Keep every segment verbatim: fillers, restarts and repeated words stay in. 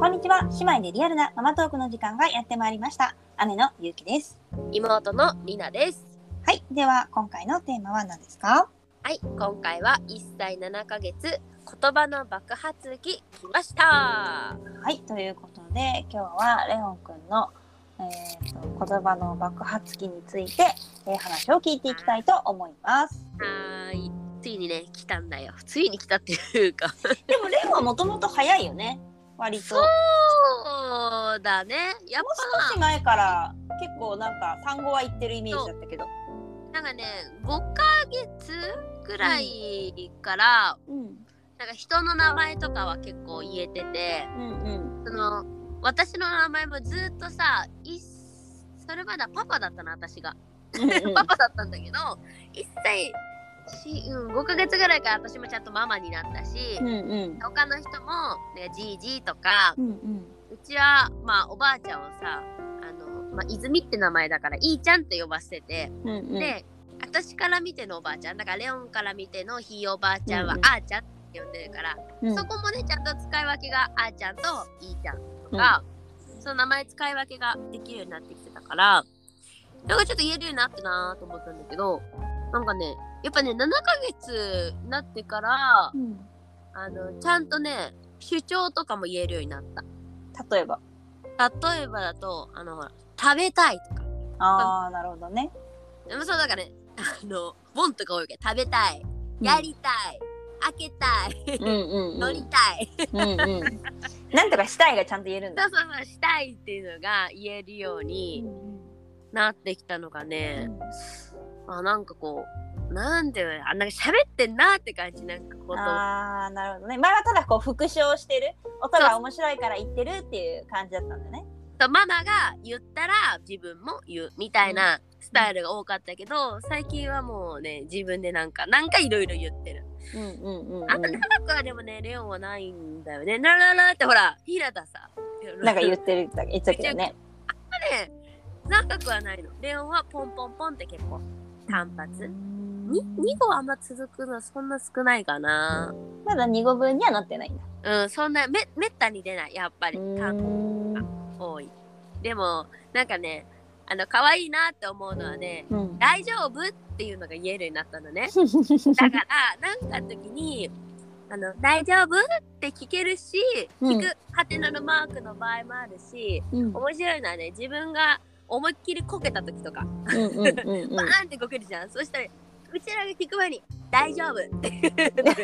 こんにちは。姉妹でリアルなママトークの時間がやってまいりました。姉のゆうきです。 妹のりなです。 はい。では今回のテーマは何ですか？ はい。今回はいっさいななかげつ言葉の爆発期来ました。はい。ということで今日はレオンくんの、えー、と言葉の爆発期について、えー、話を聞いていきたいと思います。 はい。ついにね来たんだよ。ついに来たっていうかでもレオンはもともと早いよね。割とそうだね。やっぱもう少し前から結構なんか単語は言ってるイメージだったけど、 なんかねごかげつくらいから、うん、なんか人の名前とかは結構言えてて、うんうん、その私の名前もずっとさいそれまだパパだったな私がパパだったんだけどいっさいし、うん、ごかげつぐらいから私もちゃんとママになったし、うんうん、他の人もじいじとか、うんうん、うちは、まあ、おばあちゃんをさあの、まあ、泉って名前だからいいちゃんって呼ばせてて、うんうん、で私から見てのおばあちゃんだからレオンから見てのひいおばあちゃんは、うんうん、あーちゃんって呼んでるから、うん、そこもねちゃんと使い分けがあーちゃんといいちゃんとか、うん、その名前使い分けができるようになってきてたからなんかちょっと言えるようになったなと思ったんだけどなんかねやっぱねななかげつになってから、うん、あのちゃんとね主張とかも言えるようになった。 例えば例えばだとあのほら食べたいとかあーなるほどね。 でもそうだからねあのボンとか多いけど食べたい、うん、やりたい開けたい、うんうんうん、乗りたいうん、 うん、なんとかしたいがちゃんと言えるんだ。 そうそうそうしたいっていうのが言えるようになってきたのがね、うん、あなんかこうなんであんな喋ってんなって感じなんかことあーなるほどね。前はただこう復唱してる音が面白いから言ってるっていう感じだったんだね。 そうママが言ったら自分も言うみたいなスタイルが多かったけど、うん、最近はもうね自分でなんかなんかいろいろ言ってる。うんうんうんうん、あんま長くはでもねレオンはないんだよね。ラララってほらひなたさなんか言ってる言ってたけどね。 あんまね長くはないの。レオンはポンポンポンって結構単発。に, にごあんま続くのはそんな少ないかな。 まだにごぶんにはなってないんだ。うんそんな め, めったに出ないやっぱり単語が多い。でもなんかねあの可愛いなって思うのはね、うん、大丈夫っていうのが言えるようになったのね。だからなんかの時にあの大丈夫って聞けるし、うん、聞くハテナのマークの場合もあるし、うん、面白いのはね自分が思いっきりこけた時とか、うんうんうんうん、バーンってこけるじゃん。そしたらうちらが聞く前に大丈夫って言うこれち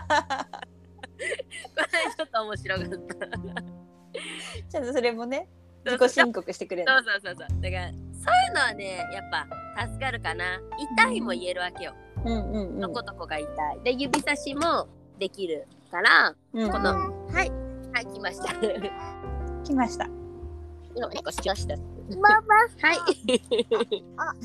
ょっと面白かったちょっとそれもね自己申告してくれる。 そうそうそうそうだからそういうのはねやっぱ助かるかな。痛いも言えるわけよ、うんうんうん、どことこが痛いで指差しもできるから、うん、このはいはい来ました来ました今ねこしましたママはいあ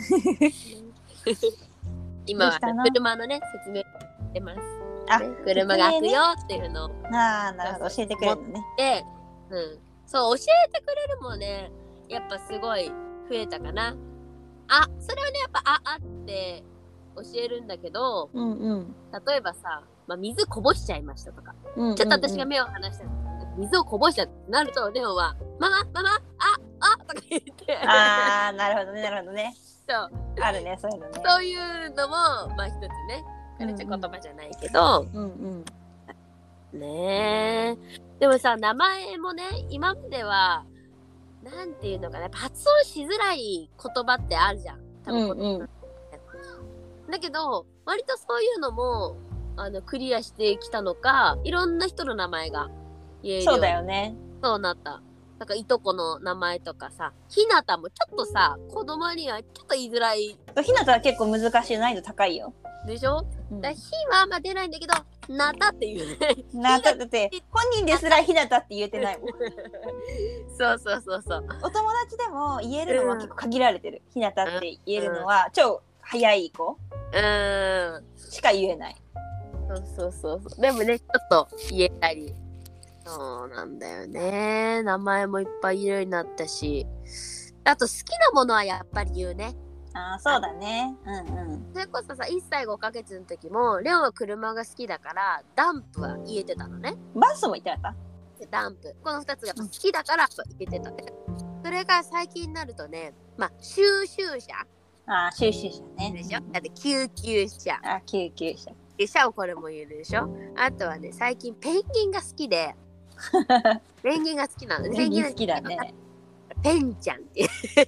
今は車のね説明してます。あ、ね、車が開くよっていうのを、ね、 あーなるほど教えてくれるのね。 で、うん、そう教えてくれるもねやっぱすごい増えたかな。あそれはねやっぱああって教えるんだけど、うんうん、例えばさ、まあ、水こぼしちゃいましたとか、うんうんうん、ちょっと私が目を離したら水をこぼしちゃってなるとレオンはママママああとか言ってあーなるほどねなるほどねそうあるねそういうのね。 そういうのもまあ一つねカルチャー言葉じゃないけど、うんうん、ねえでもさ名前もね今まではなんていうのかな発音しづらい言葉ってあるじゃん多分、うんうん、だけど割とそういうのもあのクリアしてきたのかいろんな人の名前が言えるようにそうだよねそうなった。なんかいとこの名前とかさひなたもちょっとさ子供にはちょっと言いづらい。 ひなたは結構難しい難易度高いよでしょ、うん、だひはあんま出ないんだけどなたっていうねなたって本人ですらひなたって言えてないもんそうそうそうそうお友達でも言えるのは結構限られてる、うん、ひなたって言えるのは、うん、超早い子うんしか言えない。 そうそうそうそうでもねちょっと言えたりそうなんだよね。名前もいっぱい言えるようになったしあと好きなものはやっぱり言うね。 あそうだねうんうんそれこそさいっさいごかげつの時もレオンは車が好きだからダンプは言えてたのね。 バスも言ってなかっダンプ、このふたつがやっぱ好きだから入れてたね。それが最近になるとね、まあ収集車。 ああ、収集車ね。 でしょ。だって救急車。 あ、救急車。 車をこれも言えるでしょ。あとはね、最近ペンギンが好きで、ペンギンが好きなの。 ペンギン好きだね。 ペンちゃんって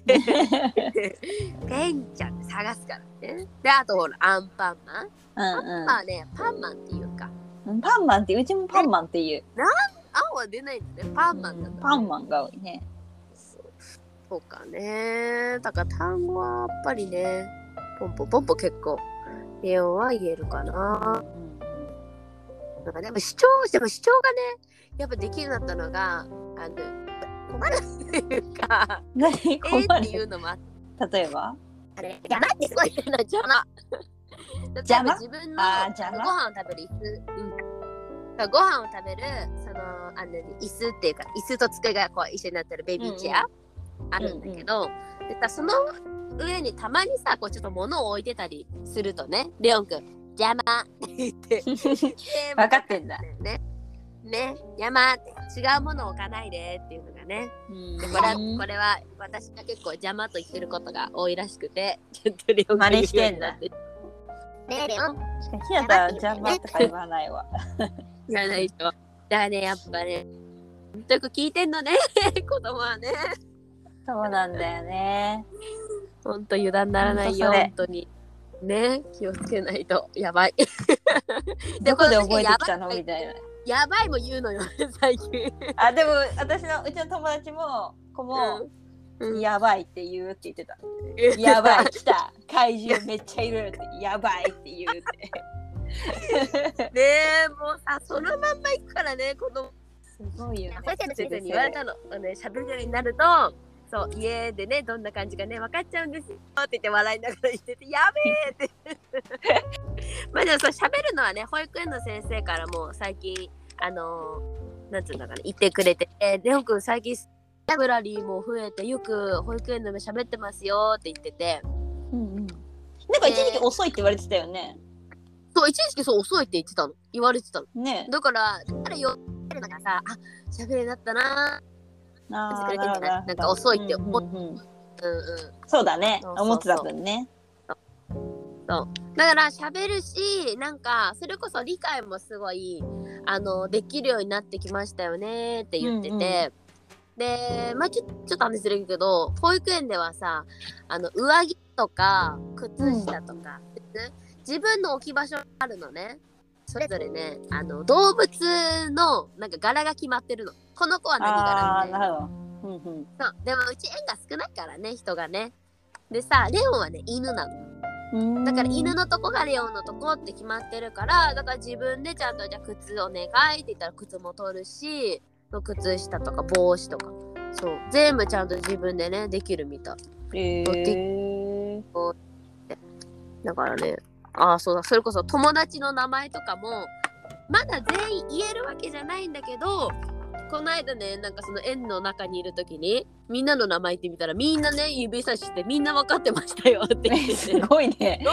ペンちゃんって探すからね。で、あとほらアンパンマン。うんうん。パンマンはね、パンマンっていうか。 パンマンって、うちもパンマンっていう。 なん、青は出ないんだね。パンマンなんだ、ね、 パンマンが多いね。 そうそうかね。だから単語はやっぱりね、ポンポンポンポン結構レオンは言えるかな。うん、なんかでも主張でも主張がね、やっぱできるようになったのが、あの困るっていうか、 何困るえー、っていうのもあって。 例えば？ あれ邪魔ってすごい言うの邪魔。 邪魔？ 自分のご飯を食べる椅子、うん、ご飯を食べるそのあの椅子っていうか椅子と机がこう一緒になってるベビーチェア、うんうん、あるんだけど、うんうん、でさその上にたまにさこうちょっと物を置いてたりするとね、レオンくん邪魔って言って分かってんだね。ね、山って違うものを置かないでっていうのがね、うん、でこれはこれは私が結構邪魔と言ってることが多いらしくて、ちょっとレオンが真似してんだ。 ねえレオン。 ひなたは邪魔とか言わないわ。 言わないでしょ。だからねやっぱね、よく聞いてんのね子供はね。 そうなんだよね。 ほんと油断ならないよ本当に。ね気をつけないとやばい。 どこで覚えてきたのみたいな。 やばいも言うのよ最近。 あでも私のうちの友達も子も、うん、やばいって言うって言ってた。やばい来た怪獣めっちゃいるってやばいって言うって。 ねえもうさそのまんま行くからね子供。 すごいよね。 先生の先生に言われたの。ね喋るようになると。そう家でねどんな感じかね分かっちゃうんですよって言って笑いながら言っててやべえってまあでもそう喋るのはね保育園の先生からも最近あのー、なんつうんだかな言ってくれて、えー、レオンくん最近ラブラリーも増えてよく保育園でも喋ってますよって言ってて、 うんうん、なんか一時期遅いって言われてたよね。 そう一時期そう遅いって言ってたの言われてたのね。 だからあれよるのがさあ喋るようになったなあくれてんじゃない？なんか遅いって思って、うんうんうん、 そうだねそうそうそう思ってた分ね。 そうそうだから喋るしなんかそれこそ理解もすごいあのできるようになってきましたよねって言ってて、うんうん、でまあちょ、ちょっと話するけど保育園ではさあの上着とか靴下とか、うん、自分の置き場所があるのね。それぞれねあの動物のなんか柄が決まってるの。この子は何柄みたいな。 なるほど、うんうん、 そうでもうち縁が少ないからね人がね。でさレオンはね犬なの。だから犬のとこがレオンのとこって決まってるからだから自分でちゃんとじゃあ靴お願いって言ったら靴も取るし靴下とか帽子とかそう全部ちゃんと自分でねできるみたい。 へー。 だからねああそうだそれこそ友達の名前とかもまだ全員言えるわけじゃないんだけどこの間ねなんかその園の中にいる時にみんなの名前言ってみたらみんなね指差ししてみんな分かってましたよって言っててすごいね。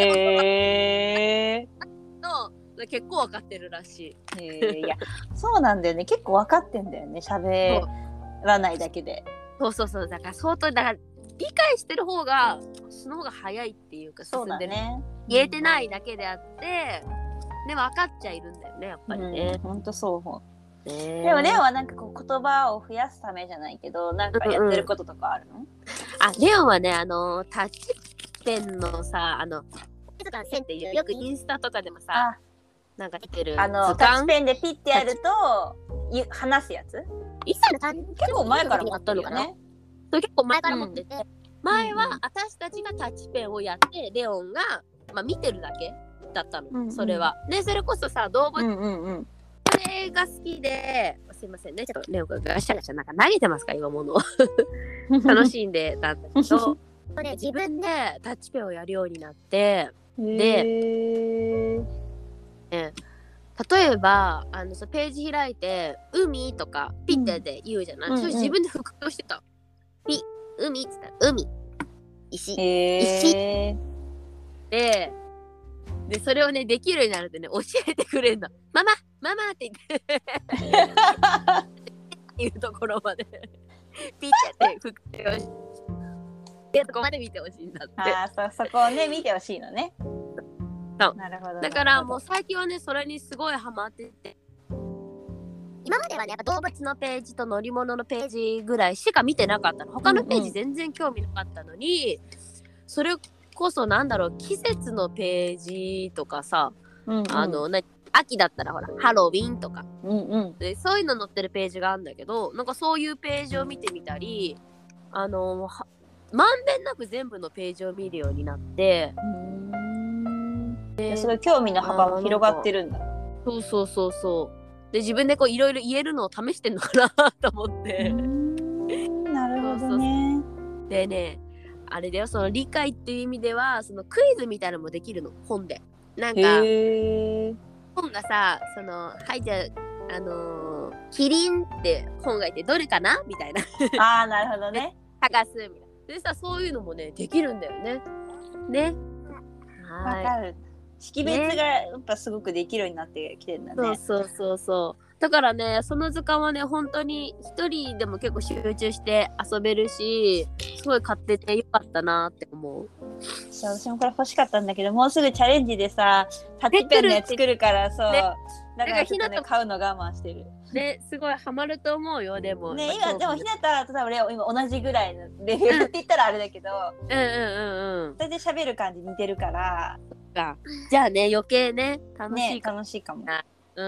へー結構分かってるらしい。 へいやそうなんだよね結構分かってんだよね喋らないだけで。 そうそうそうだから相当だから理解してる方がその方が早いっていうか進んでる、ね、言えてないだけであってで分かっちゃいるんだよねやっぱりね。 ほんとそうね。でもレオンはなんかこう言葉を増やすためじゃないけどなんかやってることとかあるの？うんうん、 あレオンはねあのタッチペンのさあの線っていうよくインスタとかでもさなんか出てるあのタッチペンでピッてやると話すやついっさいのタッチ結構前から持ってるよね。 結構前から持ってて、うん、前は私たちがタッチペンをやってレオンが、まあ、見てるだけだったの、うんうん、それはねそれこそさ動物、うんうんうん、これが好きですいませんねちょっとレオンがガシャガシャなんか投げてますか今ものを楽しんでたんだけど自分でタッチペンをやるようになってで、ね、例えばあのそページ開いて海とかピッてで言うじゃない、うん、それ自分で復唱してた。ピ海って言ったら海石石ででそれをねできるようになるとね教えてくれるの。ママママって言ってっていうところまでピッて振ってほしいっていうところまで見てほしいんだって。 ああ、そ、そこをね見てほしいのね。 そう。 なるほど。 だからもう最近はねそれにすごいハマってて、今まではねやっぱ動物のページと乗り物のページぐらいしか見てなかったの。他のページ全然興味なかったのに、うんうん、それこそなんだろう、季節のページとかさ、うんうん、あのな秋だったらほらハロウィンとか、うんうん、でそういうの載ってるページがあるんだけど、なんかそういうページを見てみたり、あのまんべんなく全部のページを見るようになって、うーん、ですごい興味の幅も広がってるんだ。 そうそうそうそう。で自分でこういろいろ言えるのを試してんのかなと思って。 なるほどね。 そうそう。でね、あれだよ、その理解っていう意味ではそのクイズみたいなのもできるの、本で。なんか本がさ、そのはいじゃあ、あのー、キリンって本がいてどれかなみたいな。 ああ、なるほどね。 探すみたいな。でさ、そういうのもねできるんだよね。ね。 はい。わかる。識別がやっぱすごくできるようになってきてるんだね。 そうそうそうそう。だからね、その図鑑はね本当に一人でも結構集中して遊べるし、すごい買っててよかったなって思う。 私もこれ欲しかったんだけど、もうすぐチャレンジでさタッチペンで作るからそう、ね、だからちょっとね買うの我慢してる。 ね、すごいハマると思うよ。でもね、今でもひなたと多分ね今同じぐらいのレベルって言ったらあれだけど、 うんうんうんうん、 それで喋る感じ似てるから、 じゃあね余計ね楽しいかも、 ね、楽しいかも。 うん、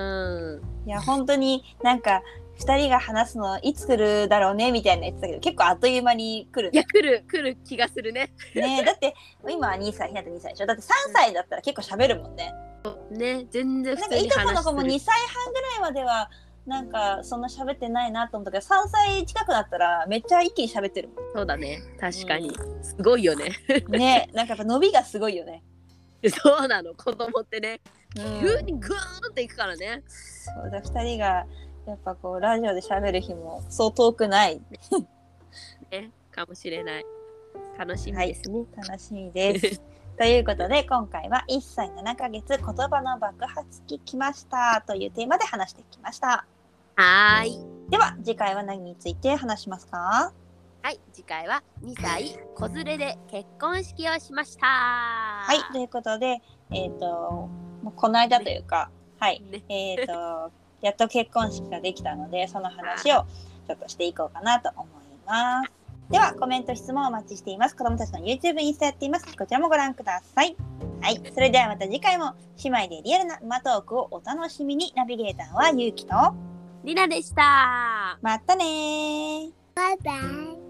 いや本当になんかふたりが話すのいつ来るだろうねみたいなやつだけど、結構あっという間に来る、 ね、いや来る来る気がするね。 ね、だって今はにさい、ひなたにさいでしょ。だってさんさいだったら結構喋るもんね。 ね、全然普通に話してる。 なんかいとこの子もにさいはんぐらいまではなんかそんな喋ってないなと思ったけど、さんさい近くなったらめっちゃ一気に喋ってるもん。 そうだね、確かに、うん、すごいよね。 ね、なんかやっぱ伸びがすごいよね。 そうなの、子供ってね、 うん、 急にグーンっていくからね。 そうだ、ふたりがやっぱこうラジオで喋る日もそう遠くないね、かもしれない。楽しみですね。 はい、楽しみですということで今回はいっさいななかげつ言葉の爆発期きましたというテーマで話してきました。 はい。 では次回は何について話しますか？ はい、次回はにさい子連れで結婚式をしました。 はい、ということで、えっと、この間というか、ね、はい、ね、えっと、やっと結婚式ができたので、その話をちょっとしていこうかなと思います。では、コメント、質問お待ちしています。子供たちの YouTube、インスタやっています。こちらもご覧ください。はい、それではまた次回も姉妹でリアルな馬トークをお楽しみに。ナビゲーターはゆうきとりなでした。 またねー。 バイバイ。